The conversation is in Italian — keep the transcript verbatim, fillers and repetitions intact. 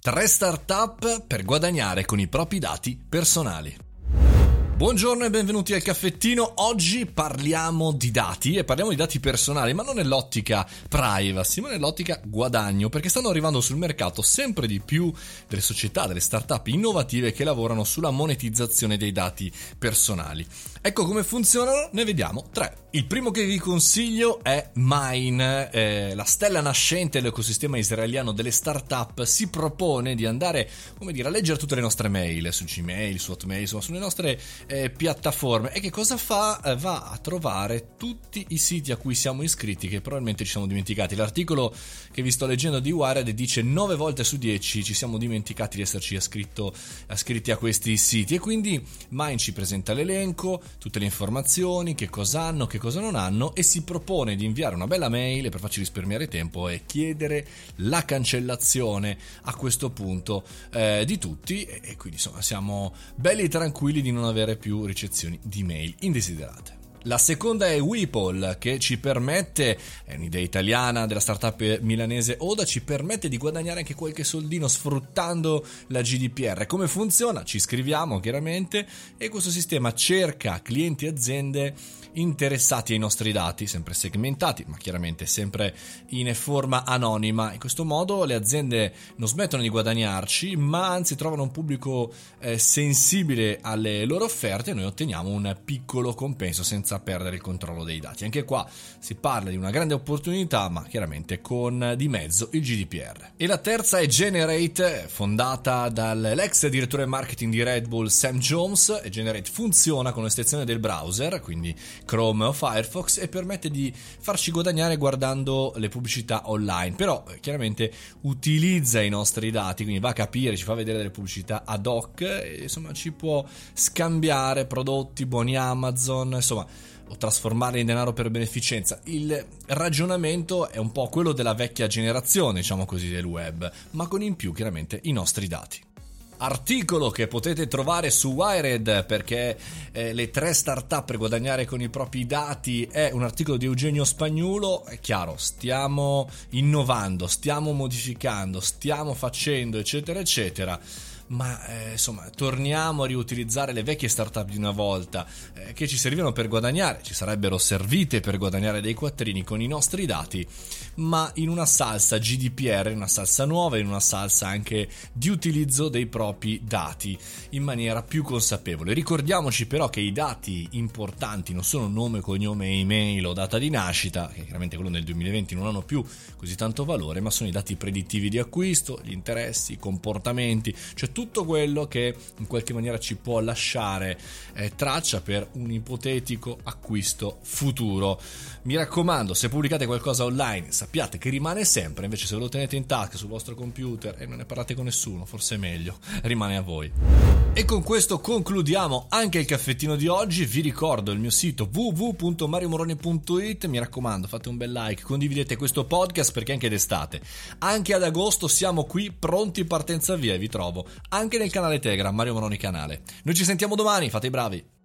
Tre startup per guadagnare con i propri dati personali. Buongiorno e benvenuti al caffettino. Oggi parliamo di dati e parliamo di dati personali, ma non nell'ottica privacy, ma nell'ottica guadagno, perché stanno arrivando sul mercato sempre di più delle società, delle startup innovative che lavorano sulla monetizzazione dei dati personali. Ecco come funzionano, ne vediamo tre. Il primo che vi consiglio è Mine, eh, la stella nascente dell'ecosistema israeliano delle startup. Si propone di andare, come dire, a leggere tutte le nostre mail su Gmail, su Hotmail, insomma sulle nostre eh, piattaforme. E che cosa fa? Eh, va a trovare tutti i siti a cui siamo iscritti, che probabilmente ci siamo dimenticati. L'articolo che vi sto leggendo di Wired dice nove volte su dieci ci siamo dimenticati di esserci iscritto, iscritti a questi siti, e quindi Mine ci presenta l'elenco, tutte le informazioni, che cosa hanno, che cosa non hanno, e si propone di inviare una bella mail per farci risparmiare tempo e chiedere la cancellazione a questo punto eh, di tutti, e, e quindi insomma siamo belli tranquilli di non avere più ricezioni di mail indesiderate. La seconda è Wepoll, che ci permette, è un'idea italiana della startup milanese Oda, ci permette di guadagnare anche qualche soldino sfruttando la G D P R. Come funziona? Ci iscriviamo chiaramente e questo sistema cerca clienti e aziende interessati ai nostri dati, sempre segmentati, ma chiaramente sempre in forma anonima. In questo modo le aziende non smettono di guadagnarci, ma anzi trovano un pubblico eh, sensibile alle loro offerte, e noi otteniamo un piccolo compenso senza perdere il controllo dei dati. Anche qua si parla di una grande opportunità, ma chiaramente con di mezzo il G D P R. E la terza è Generate, fondata dall'ex direttore marketing di Red Bull Sam Jones. E Generate funziona con l'estensione del browser, quindi Chrome o Firefox, e permette di farci guadagnare guardando le pubblicità online, però chiaramente utilizza i nostri dati, quindi va a capire, ci fa vedere delle pubblicità ad hoc e insomma ci può scambiare prodotti, buoni Amazon, insomma, o trasformarli in denaro per beneficenza. Il ragionamento è un po' quello della vecchia generazione, diciamo così, del web, ma con in più chiaramente i nostri dati. Articolo che potete trovare su Wired, perché eh, le tre startup per guadagnare con i propri dati, è un articolo di Eugenio Spagnuolo. È chiaro, stiamo innovando, stiamo modificando, stiamo facendo eccetera eccetera, ma eh, insomma torniamo a riutilizzare le vecchie startup di una volta eh, che ci servivano per guadagnare, ci sarebbero servite per guadagnare dei quattrini con i nostri dati, ma in una salsa G D P R, in una salsa nuova, in una salsa anche di utilizzo dei propri dati in maniera più consapevole. Ricordiamoci però che i dati importanti non sono nome, cognome, email o data di nascita, che chiaramente quello nel duemilaventi non hanno più così tanto valore, ma sono i dati predittivi di acquisto, gli interessi, i comportamenti, cioè tutto quello che in qualche maniera ci può lasciare eh, traccia per un ipotetico acquisto futuro. Mi raccomando, se pubblicate qualcosa online sappiate che rimane sempre, invece se ve lo tenete in tasca sul vostro computer e non ne parlate con nessuno, forse è meglio, rimane a voi. E con questo concludiamo anche il caffettino di oggi. Vi ricordo il mio sito w w w punto mario moroni punto i t, mi raccomando fate un bel like, condividete questo podcast, perché anche d'estate, anche ad agosto siamo qui pronti, partenza via, e vi trovo anche nel canale Telegram Mario Moroni Canale. Noi ci sentiamo domani, fate i bravi.